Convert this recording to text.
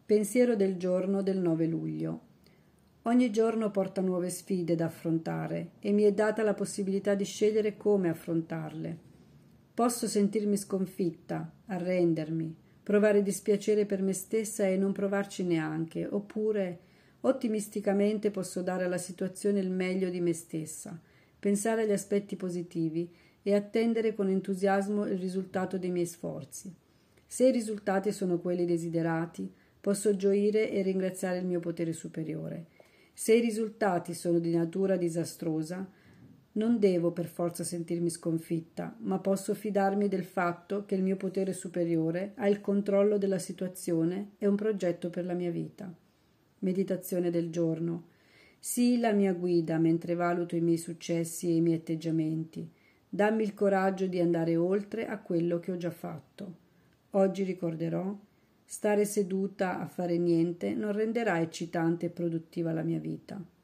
Pensiero del giorno del 9 luglio. Ogni giorno porta nuove sfide da affrontare e mi è data la possibilità di scegliere come affrontarle. Posso sentirmi sconfitta, arrendermi, provare dispiacere per me stessa e non provarci neanche, oppure ottimisticamente posso dare alla situazione il meglio di me stessa, pensare agli aspetti positivi e attendere con entusiasmo il risultato dei miei sforzi. Se i risultati sono quelli desiderati, posso gioire e ringraziare il mio potere superiore. Se i risultati sono di natura disastrosa, non devo per forza sentirmi sconfitta, ma posso fidarmi del fatto che il mio potere superiore ha il controllo della situazione e un progetto per la mia vita. Meditazione del giorno. Sii la mia guida mentre valuto i miei successi e i miei atteggiamenti. Dammi il coraggio di andare oltre a quello che ho già fatto. Oggi ricorderò: stare seduta a fare niente non renderà eccitante e produttiva la mia vita.